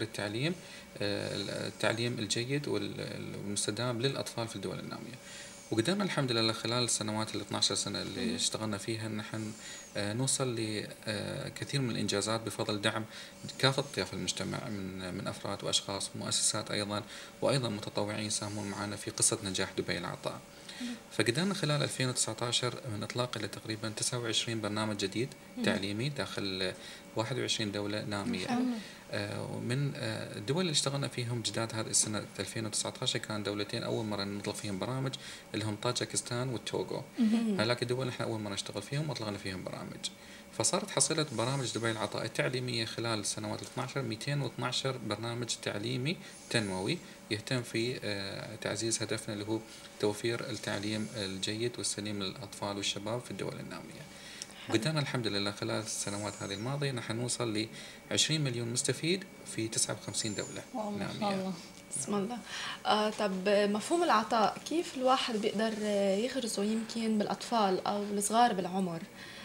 التعليم الجيد والمستدام للأطفال في الدول النامية. وقدرنا الحمد لله خلال السنوات 12 سنة اللي اشتغلنا فيها نحن نوصل لكثير من الإنجازات بفضل دعم كافة أطياف المجتمع من أفراد وأشخاص ومؤسسات أيضا، وأيضا متطوعين يساهمون معنا في قصة نجاح دبي العطاء. فقدرنا خلال 2019 من إطلاق إلى تقريبا 29 برنامج جديد تعليمي داخل 21 دولة نامية. ومن الدول اللي اشتغلنا فيهم جداد هذه السنة 2019 كان دولتين أول مرة نطلق فيهم برامج، اللي هم طاجكستان والتوغو. هلاك الدول نحن أول مرة نشتغل فيهم وأطلقنا فيهم برامج. فصارت حصيلة برامج دبي العطاء التعليمية خلال السنوات 12 212 برنامج تعليمي تنموي يهتم في تعزيز هدفنا اللي هو توفير التعليم الجيد والسليم للأطفال والشباب في الدول النامية. قدرنا الحمد لله خلال السنوات هذه الماضية نحن نوصل ل 20 مليون مستفيد في 59 دولة نامية. بسم الله. طب مفهوم العطاء كيف الواحد بيقدر يغرزه يمكن بالأطفال أو الصغار بالعمر؟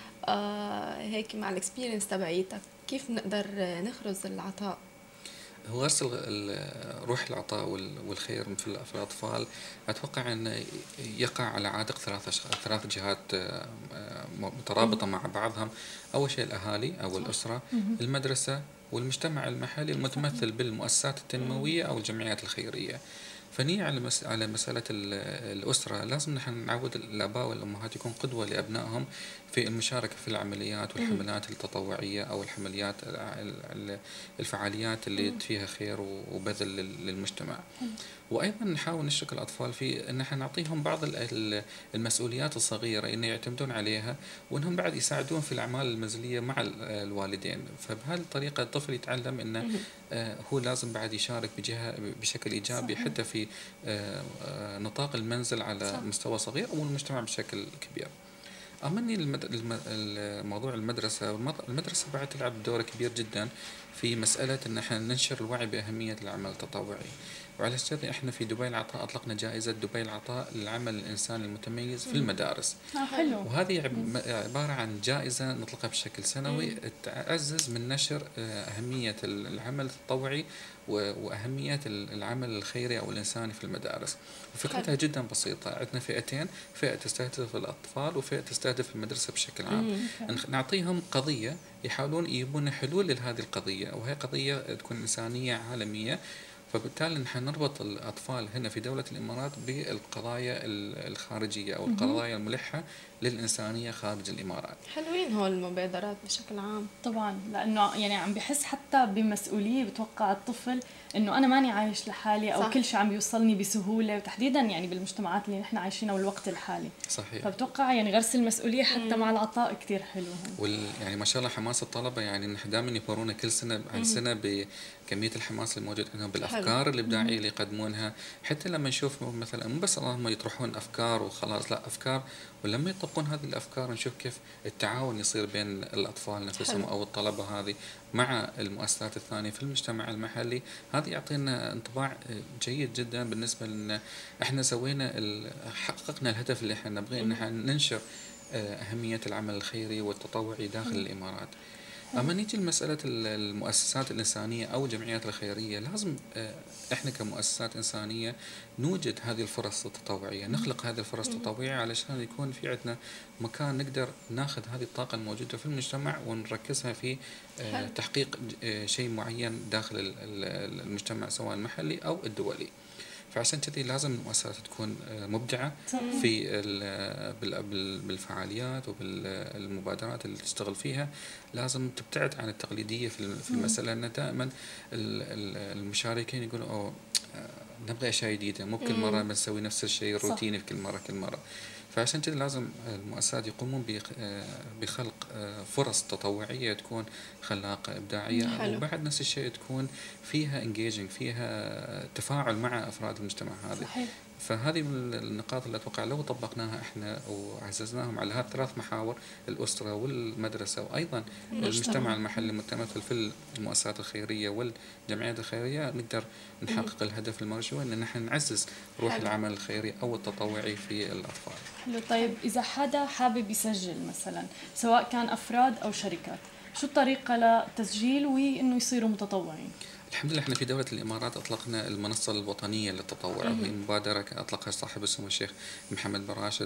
هيك مع الاكسبيرينس تبعيتك كيف نقدر نخرز العطاء؟ هو غرس روح العطاء والخير في الأطفال أتوقع أن يقع على عاتق ثلاث جهات مترابطة مع بعضهم. أول شيء الأهالي أو الأسرة، المدرسة، والمجتمع المحلي المتمثل بالمؤسسات التنموية أو الجمعيات الخيرية. فنيجي على مسألة الأسرة، لازم نحن نعود الآباء والأمهات يكون قدوة لأبنائهم في المشاركة في العمليات والحملات التطوعية أو الحمليات الفعاليات اللي فيها خير وبذل للمجتمع. وأيضا نحاول نشرك الأطفال في أن نحن نعطيهم بعض المسؤوليات الصغيرة إن يعتمدون عليها، وأنهم بعد يساعدون في الأعمال المنزلية مع الوالدين. فبهذه الطريقة الطفل يتعلم أنه هو لازم بعد يشارك بشكل إيجابي حتى في نطاق المنزل على مستوى صغير أو المجتمع بشكل كبير. أمني الموضوع المدرسة بعد تلعب دور كبير جدا في مسألة أن احنا ننشر الوعي بأهمية العمل التطوعي. وعلى أساس احنا في دبي العطاء أطلقنا جائزة دبي العطاء للعمل الإنساني المتميز في المدارس. حلو. وهذه عبارة عن جائزة نطلقها بشكل سنوي تعزز من نشر أهمية العمل التطوعي وأهمية العمل الخيري أو الإنساني في المدارس. وفكرتها جدا بسيطة، عندنا فئتين، فئة تستهدف الأطفال وفئة تستهدف المدرسة بشكل عام. نعطيهم قضية يحاولون يجيبون حلول لهذه القضية، وهي قضية تكون إنسانية عالمية. فبالتالي نحن نربط الأطفال هنا في دولة الإمارات بالقضايا الخارجية أو القضايا الملحة للإنسانية خارج الإمارات. حلوين هول المبادرات بشكل عام طبعا، لانه يعني عم بحس حتى بمسؤوليه بتوقع الطفل انه انا ماني عايش لحالي، او صح. كل شيء عم يوصلني بسهوله، وتحديدا يعني بالمجتمعات اللي نحن عايشينها والوقت الحالي. صحيح. فبتوقع يعني غرس المسؤوليه حتى مع العطاء كتير حلو. يعني ما شاء الله حماس الطلبة، يعني نحن دائما يبهرونا كل سنة عن سنة بكمية الحماس الموجود عندهم، بالأفكار الإبداعية اللي يقدمونها. حتى لما نشوف مثلا مو بس هم يطرحون أفكار وخلاص، لا، أفكار، ولما يطبقون هذه الأفكار نشوف كيف التعاون يصير بين الأطفال نفسهم أو الطلبة هذه مع المؤسسات الثانية في المجتمع المحلي. هذا يعطينا انطباع جيد جدا بالنسبة لنا احنا سوينا حققنا الهدف اللي احنا نبغيه، ان احنا ننشر أهمية العمل الخيري والتطوعي داخل الإمارات. أما نيجي لمسألة المؤسسات الإنسانية أو الجمعيات الخيرية، لازم إحنا كمؤسسات إنسانية نوجد هذه الفرص التطوعية، نخلق هذه الفرص التطوعية علشان يكون في عندنا مكان نقدر ناخذ هذه الطاقة الموجودة في المجتمع ونركزها في تحقيق شيء معين داخل المجتمع سواء المحلي أو الدولي. فعشان كذي لازم المؤسسات تكون مبدعة في بالفعاليات وبالمبادرات اللي تشتغل فيها. لازم تبتعد عن التقليدية في المسألة، أن دائما المشاركين يقولوا نبغى أشياء جديدة، مو كل مرة بنسوي نفس الشيء روتيني في كل مرة. فعشان كذا لازم المؤسسات يقومون بخلق فرص تطوعية تكون خلاقة إبداعية، وبعد نفس الشيء تكون فيها engaging، فيها تفاعل مع أفراد المجتمع هذا. فهذه من النقاط اللي أتوقع لو طبقناها إحنا وعززناهم على هذه الثلاث محاور، الأسرة والمدرسة وأيضا المجتمع المحلي المتمثل في المؤسسات الخيرية والجمعيات الخيرية، نقدر نحقق الهدف المرجو، أن نحن نعزز روح العمل الخيري أو التطوعي في الأطفال. حلو. طيب إذا حدا حابب يسجل مثلا، سواء كان أفراد أو شركات، شو الطريقة للتسجيل وإنه يصيروا متطوعين؟ الحمد لله احنا في دولة الإمارات أطلقنا المنصة الوطنية للتطوع، وهي مبادرة أطلقها صاحب السمو الشيخ محمد بن راشد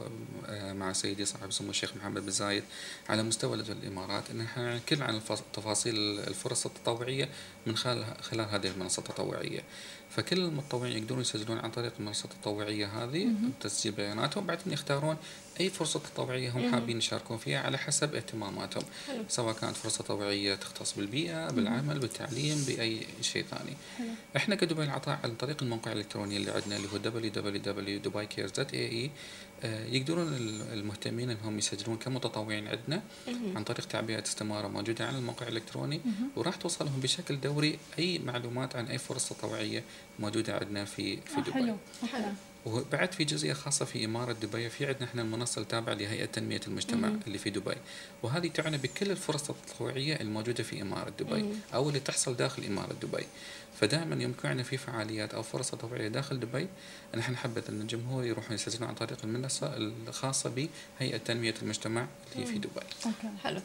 مع سيدي صاحب السمو الشيخ محمد بن زايد على مستوى دولة الإمارات، أن احنا نحكي عن تفاصيل الفرص التطوعية من خلال هذه المنصة التطوعية. فكل المتطوعين يقدرون يسجلون عن طريق المنصة التطوعية هذه بتسجيل بياناتهم، وبعدين يختارون أي فرصة تطوعية هم حابين يشاركون فيها على حسب اهتماماتهم، سواء كانت فرصة تطوعية تختص بالبيئة، بالعمل، بالتعليم، بأي شيء ثاني. احنا كدبي العطاء عن طريق الموقع الإلكتروني اللي عندنا اللي هو www.dubaicares.ae. يقدرون المهتمين انهم يسجلون كمتطوعين عندنا عن طريق تعبئة استمارة موجودة على الموقع الإلكتروني، وراح توصلهم بشكل دوري أي معلومات عن أي فرص تطوعية موجودة عندنا في دبي. حلو. وبعد في جزئية خاصة في إمارة دبي، في عندنا احنا المنصة التابعة لهيئة تنمية المجتمع اللي في دبي، وهذه تعنى بكل الفرص التطوعية الموجودة في إمارة دبي أو اللي تحصل داخل إمارة دبي. فدائما يوم كان في فعاليات أو فرص تطوعية داخل دبي، نحن نحبذ أن الجمهور يروحون يسجلون عن طريق المنصة الخاصة بهيئة تنمية المجتمع اللي في دبي. حلو.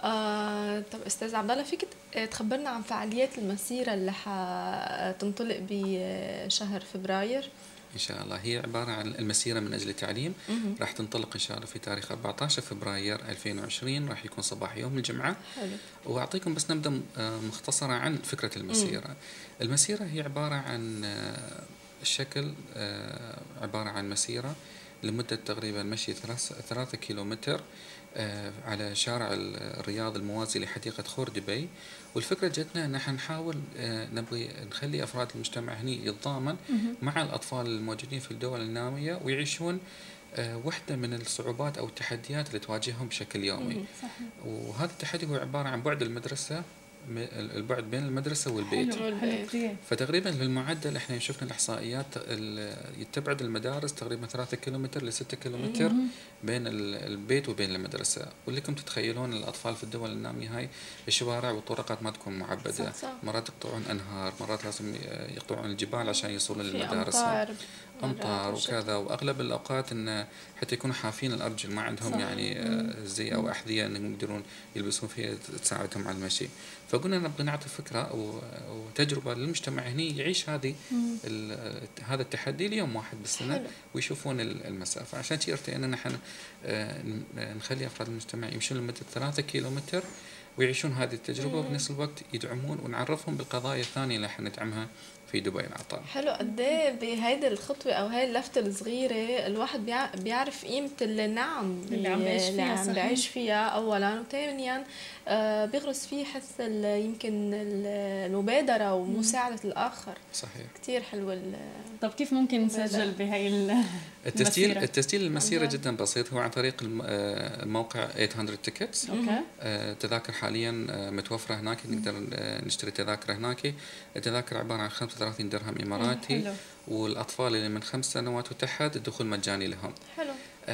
طب أستاذ عبد الله، فيك تخبرنا عن فعاليات المسيرة اللي حتنطلق بشهر فبراير؟ إن شاء الله هي عبارة عن المسيرة من أجل التعليم، راح تنطلق إن شاء الله في تاريخ 14 فبراير 2020، راح يكون صباح يوم الجمعة. حلو. وأعطيكم بس نبدأ مختصرة عن فكرة المسيرة. المسيرة هي عبارة عن الشكل، عبارة عن مسيرة لمدة تقريبا مشي 3 كيلومتر على شارع الرياض الموازي لحديقة خور دبي. والفكرة جتنا أن احنا نحاول نبغي نخلي أفراد المجتمع هني يتضامن مع الأطفال الموجودين في الدول النامية ويعيشون وحدة من الصعوبات أو التحديات اللي تواجههم بشكل يومي. وهذا التحدي هو عبارة عن بعد المدرسة، البعد بين المدرسة والبيت. فتقريبا بالمعدل احنا شفنا الإحصائيات تبعد المدارس تقريبا 3 كيلومتر ل 6 كيلومتر بين البيت وبين المدرسة. ولكم تتخيلون الأطفال في الدول النامية هاي الشوارع والطرقات ما تكون معبدة، مرات يقطعون أنهار، مرات لازم يقطعون الجبال عشان يوصلون للمدارس، أمطار وكذا. وأغلب الأوقات إن حتى يكونوا حافين الأرجل، ما عندهم يعني زي أو أحذية إنهم يقدرون يلبسون فيها تساعدهم على المشي. فقلنا نبغى نعطي فكرة وتجربة للمجتمع هني يعيش هذا التحدي ليوم واحد بالسنة ويشوفون المسافة. عشان شيء ارتئينا نحن نخلي أفراد المجتمع يمشون لمدة 3 كيلومتر ويعيشون هذه التجربة، وبنفس الوقت يدعمون ونعرفهم بالقضايا الثانية اللي احنا ندعمها في دبي العطاء. حلو. قد ايه بهيدي الخطوه او هاي اللفته الصغيره الواحد بيعرف قيمه النعم اللي عم بيعيش فيها اولا، وثانيا بيغرس فيه حس يمكن المبادره ومساعده الاخر. صحيح. كثير حلوه. طب كيف ممكن نسجل بهي التسجيل المسيرة جدا بسيط، هو عن طريق الموقع 800 تيكتس. تذاكر حاليا متوفرة هناك، نقدر نشتري تذاكر هناك. التذاكر عبارة عن 35 درهم إماراتي، والأطفال اللي من 5 سنوات وتحت الدخول مجاني لهم. حلو.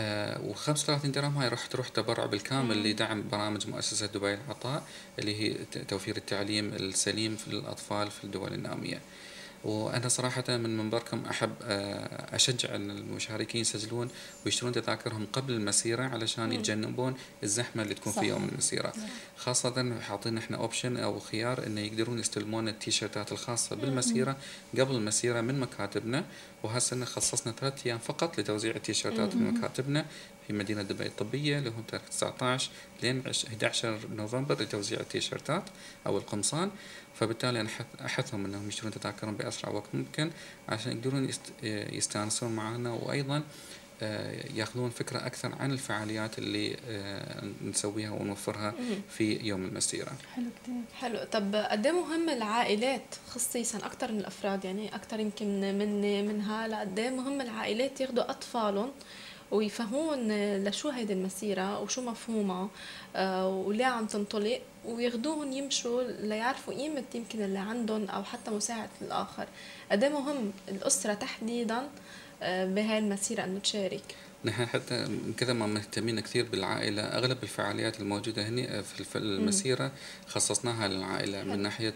و35 درهم هاي راح تروح تبرع بالكامل لدعم برامج مؤسسة دبي العطاء، اللي هي توفير التعليم السليم في الأطفال في الدول النامية. وأنا صراحة من منبركم أحب أشجع أن المشاركين يسجلون ويشترون تذاكرهم قبل المسيرة علشان يتجنبون الزحمة اللي تكون في يوم المسيرة. خاصة حاطين إحنا أوبشن أو خيار إنه يقدرون يستلمون التيشيرتات الخاصة بالمسيرة قبل المسيرة من مكاتبنا، وهالسنة خصصنا 3 أيام فقط لتوزيع التيشيرتات من مكاتبنا في مدينة دبي الطبية، اللي هم تاريخ 19 لين 11 نوفمبر لتوزيع التيشيرتات أو القمصان. فبالتالي أنا أحثهم أنهم يشترون تذاكرهم بأسرع وقت ممكن عشان يقدرون يستانسون معنا، وأيضا ياخذون فكرة أكثر عن الفعاليات اللي نسويها ونوفرها في يوم المسيرة. حلو كتير. حلو. طب قد ايه مهم العائلات خصيصا أكثر من الأفراد، يعني أكثر يمكن منها لقد ايه مهم العائلات ياخذوا أطفالهم ويفهمون لشو هيدي المسيرة وشو مفهومها وليه عم تنطلق، وياخدوهم يمشوا ليعرفوا قيمة يمكن اللي عندهم أو حتى مساعدة الآخر. قد ايه مهم الأسرة تحديدا بهاي المسيرة أنه تشارك. نحن حتى كذا ما مهتمين كثير بالعائلة، أغلب الفعاليات الموجودة هنا في المسيرة خصصناها للعائلة من ناحية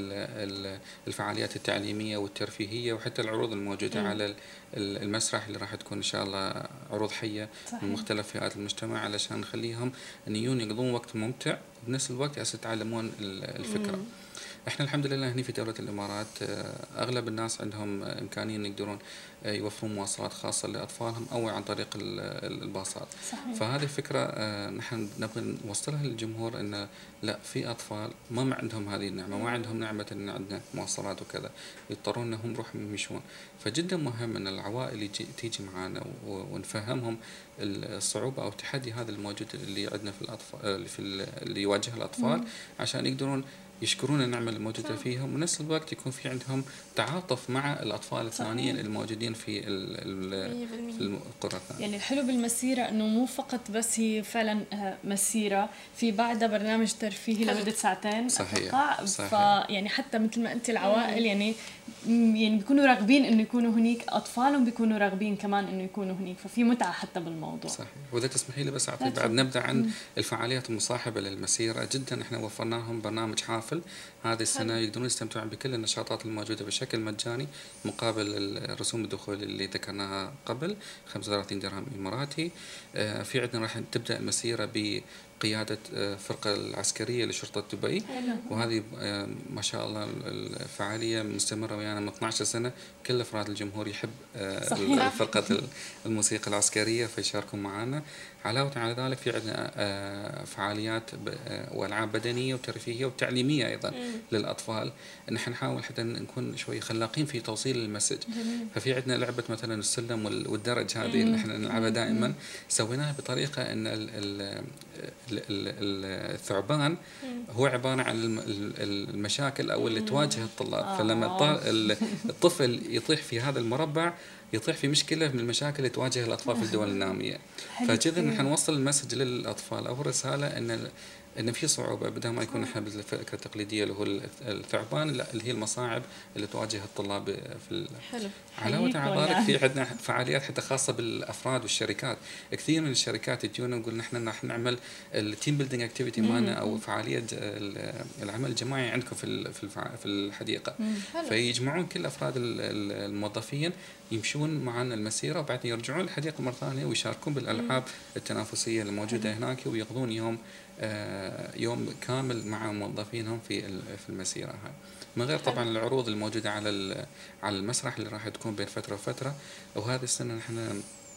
الفعاليات التعليمية والترفيهية، وحتى العروض الموجودة على المسرح اللي راح تكون إن شاء الله عروض حية من مختلف فئات المجتمع، علشان نخليهم أن يقضون وقت ممتع وبنفس الوقت يتعلمون الفكرة. احنا الحمد لله هنا في دولة الامارات اغلب الناس عندهم امكانيه ان يقدرون يوفرون مواصلات خاصه لاطفالهم او عن طريق الباصات. صحيح. فهذه فكره نحن نبغى نوصلها للجمهور، ان لا، في اطفال ما عندهم هذه النعمه، ما عندهم نعمه ان عندنا مواصلات وكذا، يضطرون انهم يروحوا يمشون. فجدا مهم ان العوائل تيجي معنا ونفهمهم الصعوبه او التحدي هذا الموجود اللي عندنا في الاطفال، اللي يواجه الاطفال، عشان يقدرون يشكرون النعمة الموجودة فيهم، ونفس الوقت يكون في عندهم تعاطف مع الأطفال الثانيين الموجودين في القرى الثانية. يعني الحلو بالمسيرة إنه مو فقط بس هي فعلا مسيرة، في بعدها برنامج ترفيهي لمدة 2 ساعات. صحيح. يعني حتى مثل ما أنت العوائل يعني بيكونوا راغبين إنه يكونوا هنيك، أطفالهم بيكونوا راغبين كمان إنه يكونوا هنيك، ففي متعة حتى بالموضوع. صحيح. وإذا تسمحي لي بس أعطي بعد نبدأ عن الفعاليات المصاحبة للمسيرة. جدا إحنا وفرنا لهم برنامج حافل هذه السنة، يقدرون يستمتعون بكل النشاطات الموجودة بشكل مجاني مقابل رسوم الدخول اللي ذكرناها قبل 35 درهم إماراتي. في عندنا راح تبدأ المسيرة بقيادة فرقة العسكرية لشرطة دبي، وهذه ما شاء الله الفعالية مستمرة ويانا من 12 سنة. كل أفراد الجمهور يحب فرقة الموسيقى العسكرية فيشاركون معنا. علاوة على ذلك في عندنا فعاليات وألعاب بدنية وترفيهية وتعليمية أيضا للأطفال. نحن نحاول حتى نكون شوي خلاقين في توصيل المسج. ففي عندنا لعبة مثلا السلم والدرج، هذه اللي احنا نلعبها دائما، سويناها بطريقة أن الثعبان هو عبارة عن المشاكل أو اللي تواجه الطلاب. فلما الطفل يطيح في هذا المربع يطيح في مشكلة من المشاكل اللي تواجه الأطفال في الدول النامية. فكذا نحن نوصل المسج للأطفال أو الرسالة إن في صعوبة، بدل ما يكون إحنا بالفكرة التقليدية اللي هو الثعبان، لا، اللي هي المصاعب اللي تواجه الطلاب في علاوة على ذلك في عندنا فعاليات حتى خاصة بالأفراد والشركات. كثير من الشركات يجونا يقول نحن راح نعمل التيم بيلدينج اكتيفيتي مالنا أو فعالية العمل الجماعي عندكم في الحديقة. فيجمعون كل أفراد الموظفين يمشون معنا المسيرة، وبعدين يرجعون الحديقة مرة ثانية ويشاركون بالألعاب التنافسية الموجودة هناك، ويقضون يوم كامل مع موظفينهم في المسيرة هاي. من غير طبعا العروض الموجودة على المسرح اللي راح تكون بين فترة وفترة. وهذه السنة نحن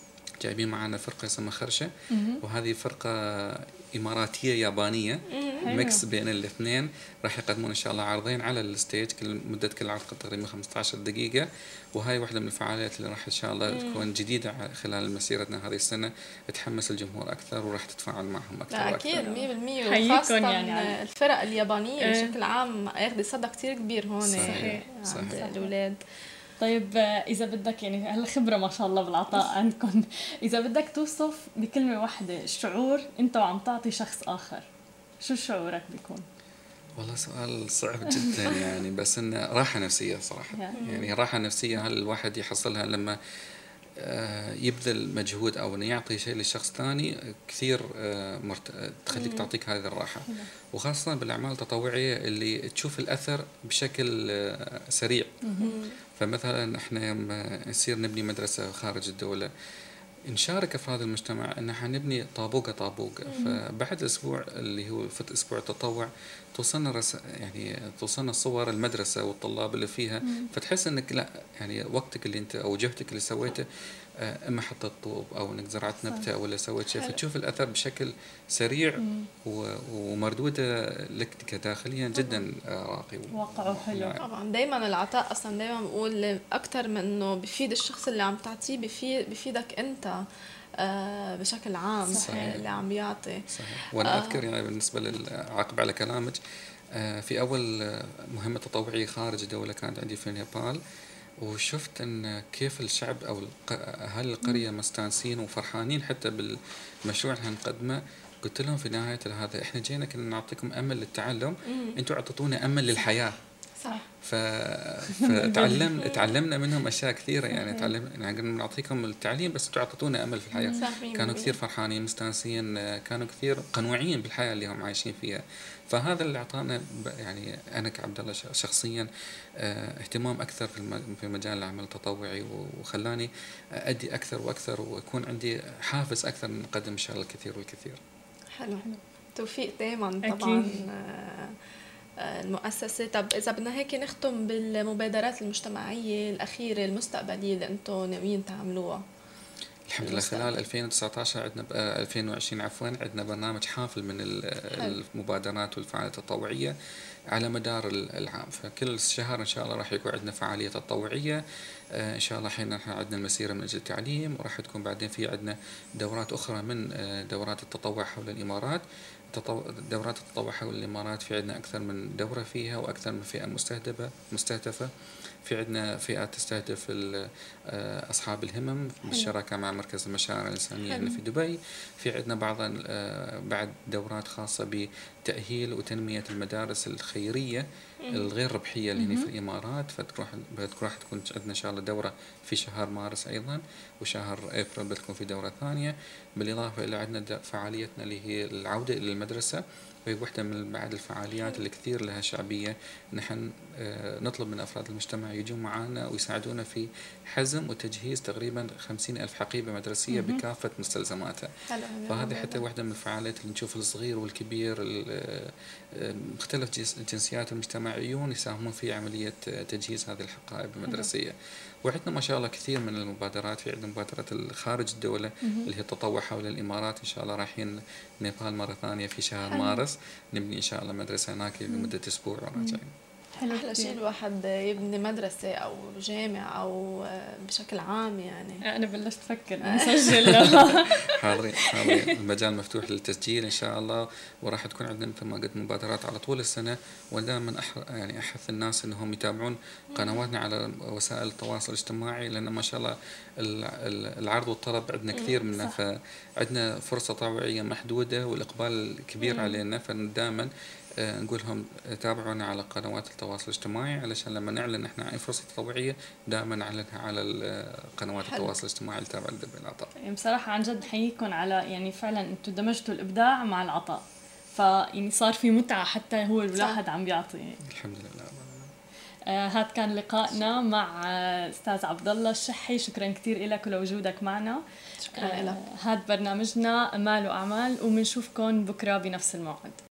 جايبين معنا فرقة اسمها خرشة، وهذه فرقة إماراتية يابانية ميكس بين الاثنين. راح يقدمون إن شاء الله عرضين على الستيج، مدة كل عرض تقريبا 15 دقيقة. وهاي واحدة من الفعاليات اللي راح إن شاء الله تكون جديدة خلال مسيرتنا هذه السنة، تحمس الجمهور أكثر وراح تتفاعل معهم أكثر وأكثر. أكيد 100%. وخاصة يعني الفرق اليابانية بشكل عام أخذ صدى كتير كبير هون عند الأولاد. طيب إذا بدك يعني هالخبرة ما شاء الله بالعطاء عندكم، إذا بدك توصف بكلمة واحدة شعور أنت وعم تعطي شخص آخر، شو شعورك بيكون؟ والله سؤال صعب جدا يعني، بس إنه راحة نفسية صراحة. يعني راحة نفسية هل الواحد يحصلها لما يبذل مجهود أو إنه يعطي شيء للشخص ثاني كثير تخليك تعطيك هذه الراحة، وخاصة بالأعمال التطوعية اللي تشوف الأثر بشكل سريع. فمثلا إحنا يوم نصير نبني مدرسة خارج الدولة، نشارك أفراد المجتمع إن حنبني طابوقة، فبعد أسبوع اللي هو أسبوع التطوع توصلنا يعني توصلنا صور المدرسة والطلاب اللي فيها، فتحس إنك لا يعني وقتك اللي أنت أو جهدك اللي سويته، إما حطيت طوب أو إنك زرعت نبتة ولا سويت شيء، فتشوف الأثر بشكل سريع ومردودة لك كداخليا جدا راقي واقعه حلو. طبعا دايما العطاء أصلا دايما بقول أكتر من إنه بفيد الشخص اللي عم تعطيه، بفيدك أنت بشكل عام. صحيح. اللي عم يعطي. صحيح. وأنا أذكر يعني بالنسبة للعقب على كلامك، في أول مهمة تطوعية خارج الدولة كانت عندي في نيبال، وشفت أن كيف الشعب أو أهل القرية مستانسين وفرحانين حتى بالمشروع اللي هنقدمه. قلت لهم في نهاية هذا إحنا جينا كنا نعطيكم أمل للتعلم، أنتوا أعطتونا أمل للحياة. صح. تعلمنا منهم أشياء كثيرة يعني. يعني نعطيكم التعليم بس انتوا أعطونا أمل في الحياة. كانوا كثير فرحانين مستانسين، كانوا كثير قنوعين بالحياة اللي هم عايشين فيها. فهذا اللي أعطانا يعني أنا كعبد الله شخصيا اهتمام أكثر في مجال العمل التطوعي، وخلاني أدي أكثر وأكثر، ويكون عندي حافز أكثر من نقدم إن شاء الله الكثير والكثير. حلو. توفيق دائما طبعا المؤسسة. طب إذا بدنا هيك نختم بالمبادرات المجتمعية الأخيرة المستقبلية اللي أنتم ناويين تعملوها. الحمد لله خلال 2019 عندنا 2020 عفوا عندنا برنامج حافل من المبادرات والفعاليات التطوعية على مدار العام. فكل شهر إن شاء الله راح يكون عندنا فعالية تطوعية إن شاء الله. حين عندنا المسيرة من أجل التعليم، وراح تكون بعدين في عندنا دورات أخرى من دورات التطوع حول الإمارات. دورات التطوع حول الإمارات في عندنا أكثر من دورة فيها وأكثر من فئة مستهدفة. في عندنا فئات تستهدف أصحاب الهمم بالشراكة مع مركز المشاريع الإنسانية في دبي. في عندنا بعد دورات خاصة بتأهيل وتنمية المدارس الخيرية الغير ربحية اللي هنا في الإمارات. راح تكون عندنا إن شاء الله دورة في شهر مارس أيضا، وشهر أبريل بتكون في دورة ثانية. بالإضافة إلى عندنا فعاليتنا اللي هي العودة إلى المدرسة، وهي واحدة من بعد الفعاليات اللي كثير لها شعبية. نحن نطلب من أفراد المجتمع يجون معنا ويساعدونا في حزم وتجهيز تقريبا 50,000 حقيبة مدرسية بكافة مستلزماتها. فهذه حتى واحدة من الفعاليات اللي نشوف الصغير والكبير مختلف الجنسيات المجتمعيون يساهمون في عملية تجهيز هذه الحقائب المدرسية. وعندنا ما شاء الله كثير من المبادرات. في عندنا مبادرة خارج الدولة اللي هي التطوع حول الإمارات. إن شاء الله رايحين نيبال مرة ثانية في شهر مارس، نبني إن شاء الله مدرسة هناك لمدة أسبوع وراجعين. أحلى شيء الواحد يبني مدرسة أو جامع أو بشكل عام يعني. أنا بلشت أفكر نسجل. حاضرين المجال مفتوح للتسجيل إن شاء الله. وراح تكون عندنا مثل ما قلت مبادرات على طول السنة. ودائما يعني أحث الناس إنهم يتابعون قنواتنا على وسائل التواصل الاجتماعي، لأن ما شاء الله العرض والطلب عندنا كثير منه، فعندنا فرصة تطوعية محدودة والإقبال كبير علينا. فدائما نقول لهم تابعونا على قنوات التواصل الاجتماعي، علشان لما نعلن احنا عن فرصة تطوعية دائما نعلنها على قنوات التواصل الاجتماعي اللي تابعة لدرب العطاء. يعني بصراحة عن جد حييكم على يعني فعلا انتم دمجتوا الإبداع مع العطاء، فيعني صار في متعة حتى هو الواحد عم بيعطي يعني. الحمد لله. هذا كان لقائنا مع أستاذ عبد الله الشحي. شكرا كثير لك ولوجودك معنا. شكرا لك. هذا برنامجنا أمال وأعمال، وبنشوفكم بكرة بنفس الموعد.